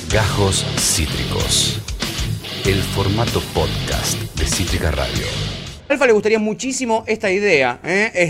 Gajos Cítricos, el formato podcast de Cítrica Radio. A Alfa le gustaría muchísimo esta idea.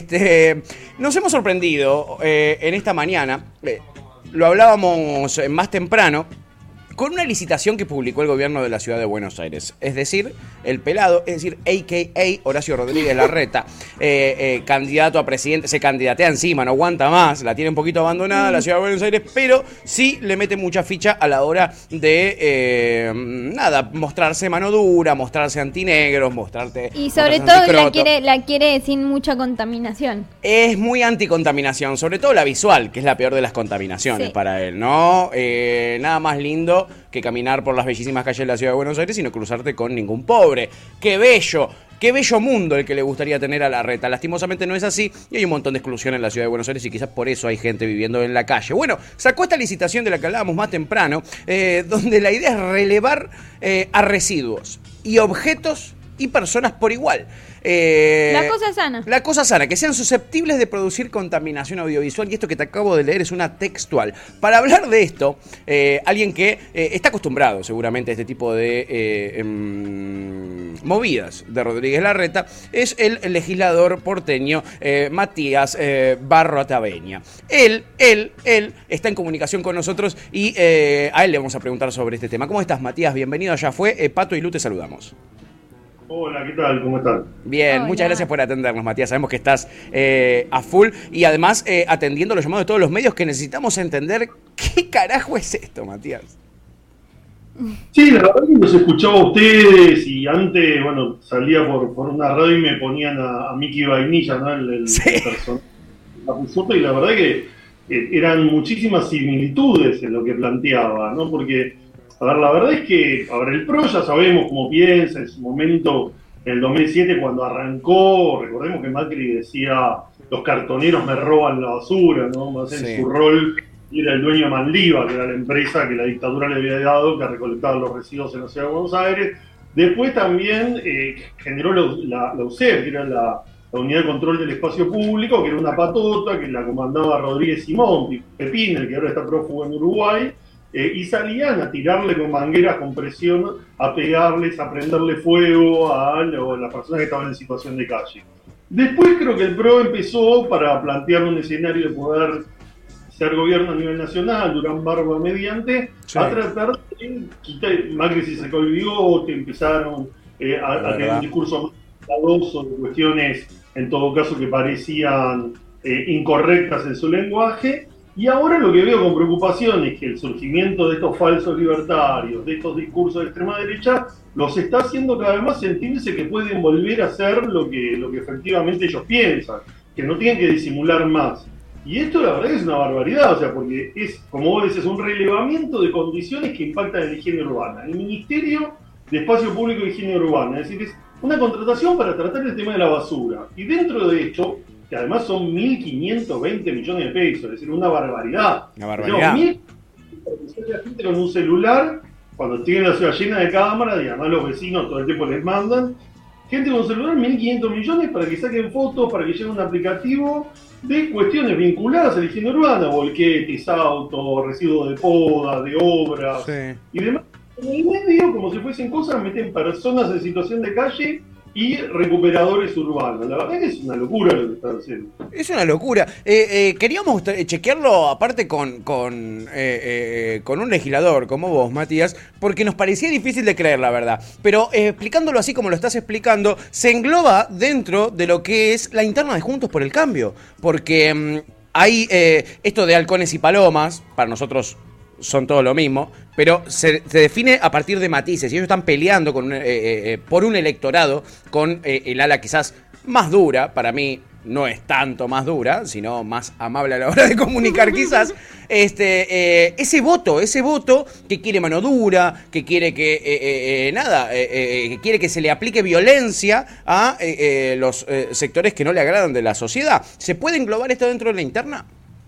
Nos hemos sorprendido en esta mañana, lo hablábamos más temprano, con una licitación que publicó el gobierno de la ciudad de Buenos Aires. Es decir, el pelado, es decir, a.k.a. Horacio Rodríguez Larreta, candidato a presidente, se candidatea encima, no aguanta más, la tiene un poquito abandonada la ciudad de Buenos Aires, pero sí le mete mucha ficha a la hora de, mostrarse mano dura, mostrarse antinegros, y sobre todo la quiere sin mucha contaminación. Es muy anticontaminación, sobre todo la visual, que es la peor de las contaminaciones para él, ¿no? Nada más lindo que caminar por las bellísimas calles de la ciudad de Buenos Aires y no cruzarte con ningún pobre. ¡Qué bello mundo el que le gustaría tener a Larreta! Lastimosamente no es así y hay un montón de exclusión en la ciudad de Buenos Aires y quizás por eso hay gente viviendo en la calle. Bueno, sacó esta licitación de la que hablábamos más temprano, donde la idea es relevar a residuos y objetos y personas por igual. La cosa sana. La cosa sana, que sean susceptibles de producir contaminación audiovisual, y esto que te acabo de leer es una textual. Para hablar de esto, alguien que está acostumbrado seguramente a este tipo de movidas de Rodríguez Larreta, es el legislador porteño Matías Barro Ataveña. Él está en comunicación con nosotros y a él le vamos a preguntar sobre este tema. ¿Cómo estás, Matías? Bienvenido, ya fue. Pato y Lu, te saludamos. Hola, ¿qué tal? ¿Cómo están? Bien, muchas gracias por atendernos, Matías. Sabemos que estás a full y además atendiendo los llamados de todos los medios que necesitamos entender qué carajo es esto, Matías. Sí, la verdad que los escuchaba a ustedes y antes, salía por una radio y me ponían a Mickey Vainilla, ¿no? El personaje, y la verdad que eran muchísimas similitudes en lo que planteaba, ¿no? Porque la verdad es que, el PRO ya sabemos cómo piensa. En su momento, en el 2007, cuando arrancó, recordemos que Macri decía, los cartoneros me roban la basura, ¿no? Más en su rol, era el dueño de Manliva, que era la empresa que la dictadura le había dado, que recolectaba los residuos en la ciudad de Buenos Aires. Después también generó la UCEP, que era la Unidad de Control del Espacio Público, que era una patota, que la comandaba Rodríguez Simón, Pepín, el que ahora está prófugo en Uruguay. Y salían a tirarle con mangueras con presión, a pegarles, a prenderle fuego a las personas que estaban en situación de calle. Después creo que el PRO empezó, para plantear un escenario de poder ser gobierno a nivel nacional, Durán Barba mediante, a tratar de quitar. Macri se sacó el bigote, empezaron a tener un discurso más cuidadoso de cuestiones, en todo caso, que parecían incorrectas en su lenguaje. Y ahora lo que veo con preocupación es que el surgimiento de estos falsos libertarios, de estos discursos de extrema derecha, los está haciendo cada vez más sentirse que pueden volver a hacer lo que efectivamente ellos piensan, que no tienen que disimular más. Y esto la verdad es una barbaridad, porque es, como vos decís, un relevamiento de condiciones que impactan en la higiene urbana. El Ministerio de Espacio Público y Higiene Urbana, es decir, es una contratación para tratar el tema de la basura. Y dentro de esto, que además son 1.520 millones de pesos, es decir, una barbaridad. Una barbaridad. La gente con un celular, cuando tienen la ciudad llena de cámaras, y además los vecinos todo el tiempo les mandan, gente con celular, 1.500 millones para que saquen fotos, para que lleven un aplicativo de cuestiones vinculadas a la higiene urbana, volquetes, autos, residuos de poda, de obras y demás. En el medio, como si fuesen cosas, meten personas en situación de calle y recuperadores urbanos. La verdad que es una locura lo que están haciendo. Es una locura. Queríamos chequearlo aparte con un legislador como vos, Matías, porque nos parecía difícil de creer, la verdad. Pero explicándolo así como lo estás explicando, se engloba dentro de lo que es la interna de Juntos por el Cambio. Porque hay esto de halcones y palomas, para nosotros son todo lo mismo, pero se define a partir de matices y ellos están peleando por un electorado con el ala quizás más dura. Para mí no es tanto más dura, sino más amable a la hora de comunicar quizás, ese voto que quiere mano dura, que quiere que quiere que se le aplique violencia a los sectores que no le agradan de la sociedad. ¿Se puede englobar esto dentro de la interna?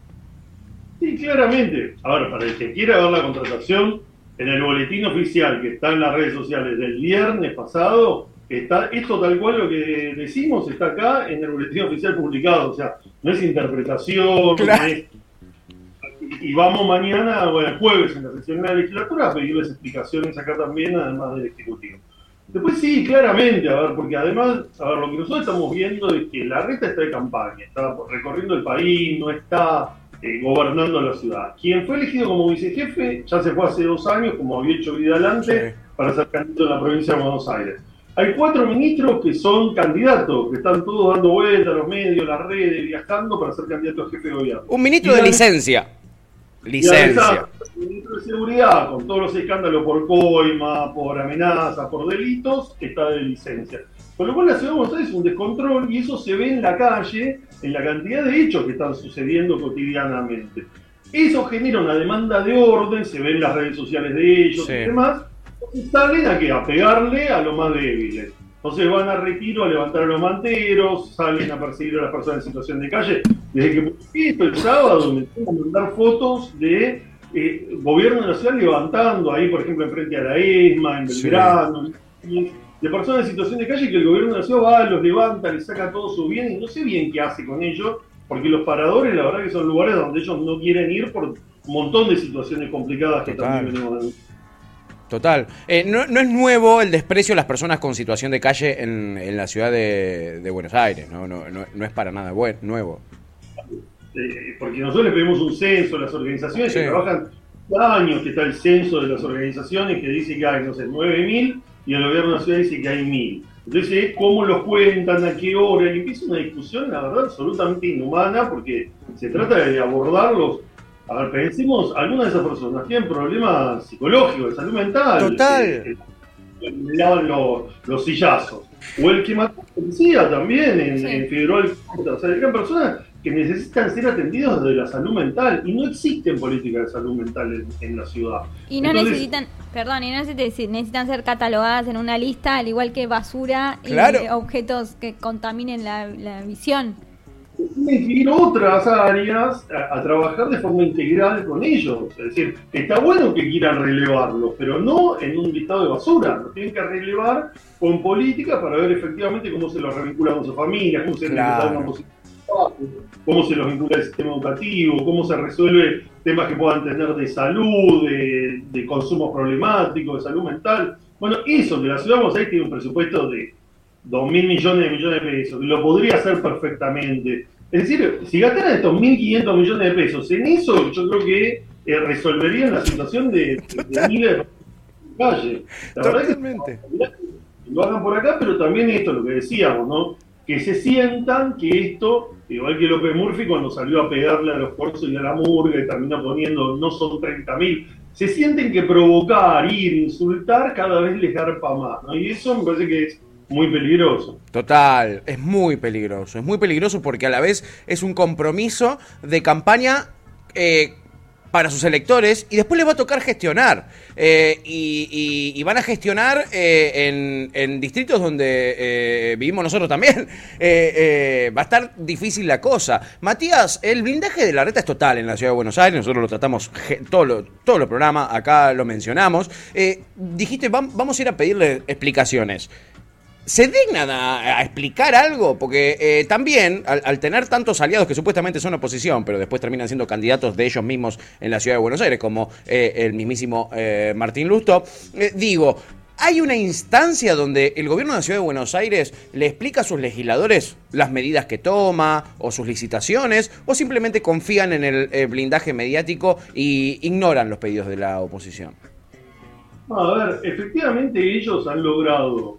Sí, claramente. Ahora, para el que quiera ver la contratación, en el boletín oficial que está en las redes sociales del viernes pasado, está esto tal cual lo que decimos, está acá en el boletín oficial publicado. O sea, no es interpretación, claro. No es y vamos mañana, el jueves en la sesión de la legislatura a pedirles explicaciones acá también, además del Ejecutivo. Después sí, claramente, porque además, lo que nosotros estamos viendo es que Larreta está de campaña, está recorriendo el país, no está gobernando la ciudad. Quien fue elegido como vicejefe ya se fue hace 2 años, como había hecho Vidal antes, para ser candidato en la provincia de Buenos Aires. Hay 4 ministros que son candidatos, que están todos dando vueltas a los medios, las redes, viajando para ser candidatos a jefe de gobierno. Un ministro de licencia. Licencia. El ministro de Seguridad, con todos los escándalos por coima, por amenazas, por delitos, está de licencia. Con lo cual la ciudad de Buenos Aires es un descontrol y eso se ve en la calle, en la cantidad de hechos que están sucediendo cotidianamente. Eso genera una demanda de orden, se ve en las redes sociales de ellos y demás. Entonces salen a pegarle a los más débiles. Entonces van a Retiro a levantar a los manteros, salen a perseguir a las personas en situación de calle. Desde que esto el sábado me tengo que mandar fotos de gobierno de la ciudad levantando ahí, por ejemplo, enfrente a la ESMA, en Belgrano, de personas en situación de calle que el gobierno de la ciudad va, los levanta, les saca todo su bien y no sé bien qué hace con ellos, porque los paradores la verdad que son lugares donde ellos no quieren ir por un montón de situaciones complicadas que también venimos de... Total. No es nuevo el desprecio a las personas con situación de calle en la ciudad de Buenos Aires, no es para nada nuevo. Porque nosotros le pedimos un censo a las organizaciones que trabajan años, que está el censo de las organizaciones que dice que hay, 9.000 y el gobierno de la ciudad dice que hay 1.000. Entonces, ¿cómo los cuentan? ¿A qué hora? Y empieza una discusión, la verdad, absolutamente inhumana, porque se trata de abordarlos. A ver, pensemos, algunas de esas personas tienen problemas psicológicos, de salud mental. Total. Le daban los sillazos. O el que mató a la policía también en Figueroa. O sea, eran personas que necesitan ser atendidos desde la salud mental. Y no existen políticas de salud mental en la ciudad. Y no necesitan ser catalogadas en una lista, al igual que basura y objetos que contaminen la visión. Tienen que ir otras áreas a trabajar de forma integral con ellos. Es decir, está bueno que quieran relevarlos, pero no en un listado de basura. Lo tienen que relevar con política para ver efectivamente cómo se los revincula con sus familias, cómo se les da una posición de trabajo, cómo se los vincula al sistema educativo, cómo se resuelve temas que puedan tener de salud, de consumos problemáticos, de salud mental. Bueno, eso de la ciudad de Buenos Aires tiene un presupuesto de 2.000 millones de pesos, lo podría hacer perfectamente. Es decir, si gastaran estos 1.500 millones de pesos en eso, yo creo que resolverían la situación de miles de calle. La verdad que lo hagan por acá, pero también esto, lo que decíamos, ¿no? Que se sientan que esto, igual que López Murphy cuando salió a pegarle a los Corsos y a la Murga y terminó poniendo no son 30.000, se sienten que provocar, ir, insultar, cada vez les garpa más, ¿no? Y eso me parece que es muy peligroso. Total, es muy peligroso porque a la vez es un compromiso de campaña para sus electores y después les va a tocar gestionar y van a gestionar en distritos donde vivimos nosotros también. Va a estar difícil la cosa. Matías, el blindaje de Larreta es total en la ciudad de Buenos Aires, nosotros lo tratamos todos los programas, acá lo mencionamos. Dijiste, vamos a ir a pedirle explicaciones. ¿Se dignan a explicar algo? Porque también, al tener tantos aliados que supuestamente son oposición, pero después terminan siendo candidatos de ellos mismos en la ciudad de Buenos Aires, como el mismísimo Martín Lustó, ¿hay una instancia donde el gobierno de la ciudad de Buenos Aires le explica a sus legisladores las medidas que toma o sus licitaciones, o simplemente confían en el blindaje mediático y ignoran los pedidos de la oposición? A ver, efectivamente ellos han logrado...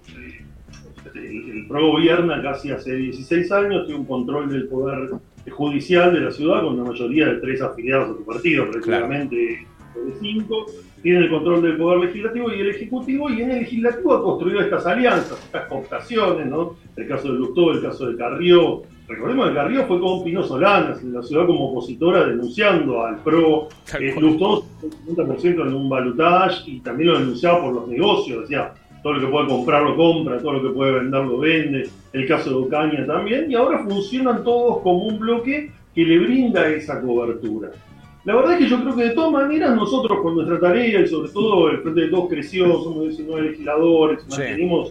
El PRO gobierna casi hace 16 años, tiene un control del poder judicial de la ciudad con una mayoría de 3 afiliados a su partido, prácticamente de 5. Tiene el control del poder legislativo y el ejecutivo, y en el legislativo ha construido estas alianzas, estas cooptaciones, ¿no? El caso de Lustó, el caso de Carrió. Recordemos que Carrió fue con Pino Solanas en la ciudad como opositora denunciando al PRO. Lustó 50% en un balotaje y también lo denunciaba por los negocios, decía, todo lo que puede comprar lo compra, todo lo que puede vender lo vende, el caso de Ocaña también, y ahora funcionan todos como un bloque que le brinda esa cobertura. La verdad es que yo creo que de todas maneras nosotros con nuestra tarea, y sobre todo el Frente de Todos creció, somos 19 legisladores, mantenimos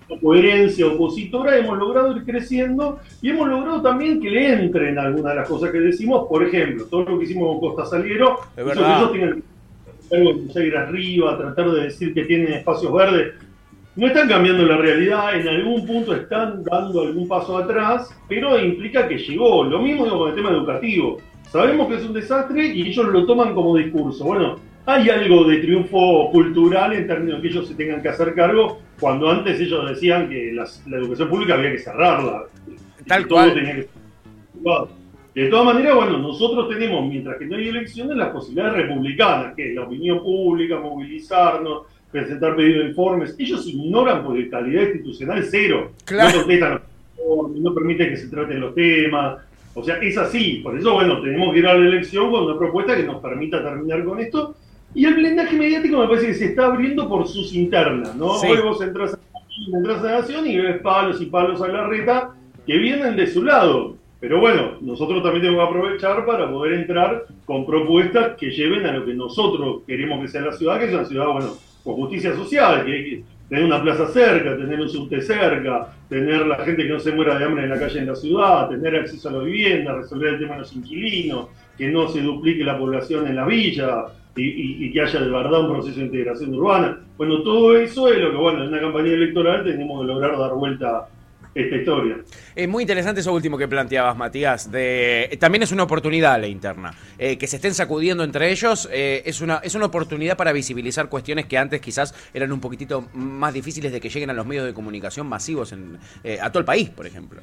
coherencia opositora, hemos logrado ir creciendo y hemos logrado también que le entren algunas de las cosas que decimos. Por ejemplo, todo lo que hicimos con Costa Saliero, es eso verdad. que ellos tienen algo de ir arriba, tratar de decir que tienen espacios verdes. No están cambiando la realidad, en algún punto están dando algún paso atrás, pero implica que llegó. Lo mismo digo con el tema educativo. Sabemos que es un desastre y ellos lo toman como discurso. Bueno, hay algo de triunfo cultural en términos de que ellos se tengan que hacer cargo, cuando antes ellos decían que la educación pública había que cerrarla. Tal cual. Tenía que ser. De todas maneras, bueno, nosotros tenemos, mientras que no hay elecciones, las posibilidades republicanas, que es la opinión pública, movilizarnos, presentar pedidos de informes. Ellos ignoran porque calidad institucional cero. Claro. No contestan, no permiten que se traten los temas. O sea, es así. Por eso, bueno, tenemos que ir a la elección con una propuesta que nos permita terminar con esto. Y el blindaje mediático me parece que se está abriendo por sus internas, ¿no? Sí. Hoy vos entras a Nación y ves palos y palos a la reta que vienen de su lado. Pero bueno, nosotros también tenemos que aprovechar para poder entrar con propuestas que lleven a lo que nosotros queremos que sea la ciudad, que es una ciudad, bueno, con justicia social, que hay que tener una plaza cerca, tener un subte cerca, tener la gente que no se muera de hambre en la calle en la ciudad, tener acceso a la vivienda, resolver el tema de los inquilinos, que no se duplique la población en la villa y que haya de verdad un proceso de integración urbana. Bueno, todo eso es lo que, bueno, en una campaña electoral tenemos que lograr dar vuelta esta historia. Es muy interesante eso último que planteabas, Matías. También es una oportunidad la interna. Que se estén sacudiendo entre ellos es una oportunidad para visibilizar cuestiones que antes quizás eran un poquitito más difíciles de que lleguen a los medios de comunicación masivos a todo el país, por ejemplo.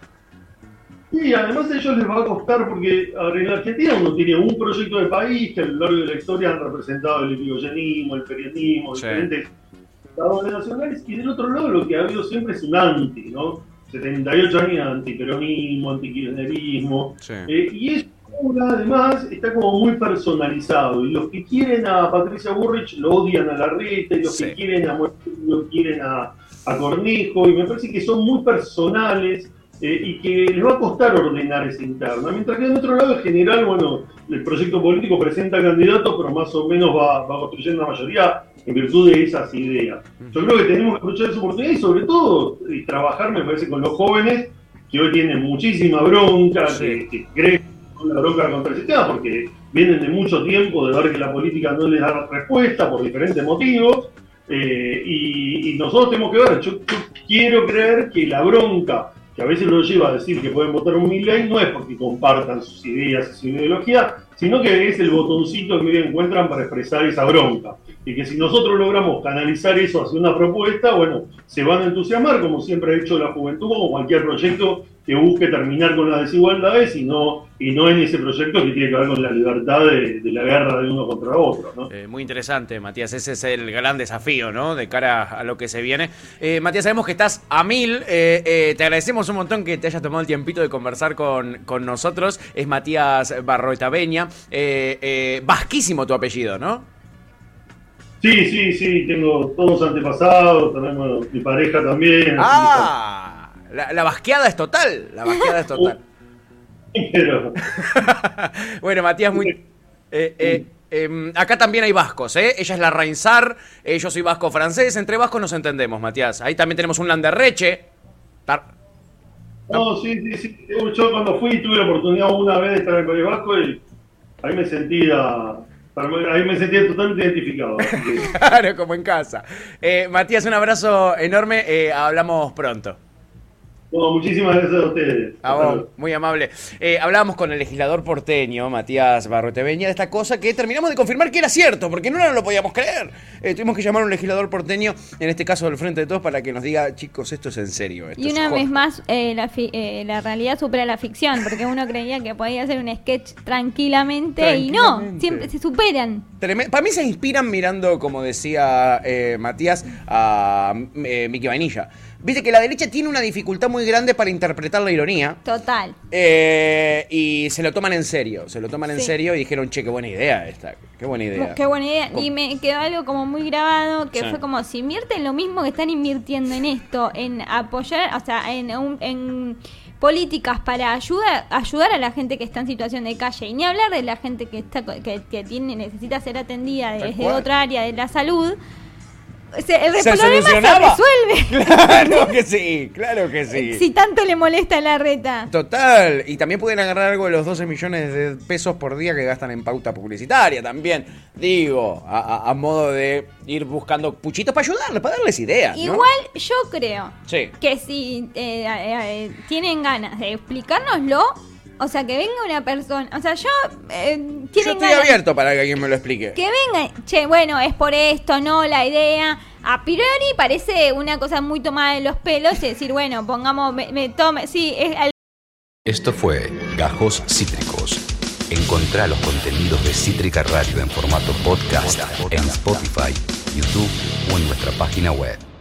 Sí, además a ellos les va a costar porque en la Argentina uno tiene un proyecto de país que a lo largo de la historia han representado el irigoyenismo, el periodismo, sí, diferentes estados nacionales, y del otro lado lo que ha habido siempre es un anti, ¿no? 78 años de antiperonismo, antikirchnerismo, sí. Y eso además está como muy personalizado, y los que quieren a Patricia Bullrich lo odian a Larreta, y los sí, que quieren a Moreno lo quieren a Cornejo, y me parece que son muy personales, y que les va a costar ordenar esa interna. Mientras que en otro lado, en general, bueno, el proyecto político presenta candidatos, pero más o menos va construyendo una mayoría en virtud de esas ideas. Yo creo que tenemos que aprovechar esa oportunidad y sobre todo trabajar, me parece, con los jóvenes que hoy tienen muchísima bronca, sí, que creen con la bronca contra el sistema, porque vienen de mucho tiempo de ver que la política no les da respuesta por diferentes motivos, y nosotros tenemos que ver, yo quiero creer que la bronca que a veces lo lleva a decir que pueden votar un Milei, no es porque compartan sus ideas y su ideología, sino que es el botoncito que encuentran para expresar esa bronca. Y que si nosotros logramos canalizar eso hacia una propuesta, bueno, se van a entusiasmar, como siempre ha hecho la juventud, como cualquier proyecto que busque terminar con las desigualdades y no en ese proyecto que tiene que ver con la libertad de la guerra de uno contra otro, ¿no? Muy interesante, Matías. Ese es el gran desafío, ¿no? De cara a lo que se viene. Matías, sabemos que estás a 1000. Te agradecemos un montón que te hayas tomado el tiempito de conversar con nosotros. Es Matías Barroetaveña. Vasquísimo tu apellido, ¿no? Sí, tengo todos antepasados, tenemos mi pareja también. ¡Ah! La basqueada es total. La basqueada es total. Pero... Bueno, Matías, acá también hay vascos, ¿eh? Ella es la Reinsar, yo soy vasco francés. Entre vascos nos entendemos, Matías. Ahí también tenemos un Landerreche. No, sí. Yo cuando fui tuve la oportunidad una vez de estar en el País Vasco y ahí me sentía totalmente identificado. Claro, como en casa. Matías, un abrazo enorme. Hablamos pronto. No, muchísimas gracias a ustedes. A vos, muy amable. Hablábamos con el legislador porteño, Matías Barroetaveña, de esta cosa que terminamos de confirmar que era cierto, porque no lo podíamos creer. Tuvimos que llamar a un legislador porteño, en este caso del Frente de Todos, para que nos diga, chicos, esto es en serio. Y una vez más, la realidad supera la ficción, porque uno creía que podía hacer un sketch tranquilamente. Y no, siempre se superan. Para mí se inspiran mirando, como decía Matías, a Miki Vainilla. Viste que la derecha tiene una dificultad muy grande para interpretar la ironía. Total. Y se lo toman en serio. En serio y dijeron, che, qué buena idea esta. Qué buena idea. Qué buena idea. Y me quedó algo como muy grabado, que fue como, si invierten lo mismo que están invirtiendo en esto, en apoyar, o sea, en políticas para ayudar a la gente que está en situación de calle, y ni hablar de la gente que necesita ser atendida desde otra área de la salud. el problema se resuelve. Claro que sí. Si tanto le molesta la reta. Total. Y también pueden agarrar algo de los 12 millones de pesos por día que gastan en pauta publicitaria también. Digo, a modo de ir buscando puchitos para ayudarles, para darles ideas, ¿no? Igual yo creo que si tienen ganas de explicárnoslo, o sea, que venga una persona, o sea, yo estoy abierto para que alguien me lo explique. Que venga, bueno, es por esto, no, la idea. A priori parece una cosa muy tomada de los pelos y decir, bueno, pongamos, Esto fue Gajos Cítricos. Encontrá los contenidos de Cítrica Radio en formato podcast en Spotify, YouTube o en nuestra página web.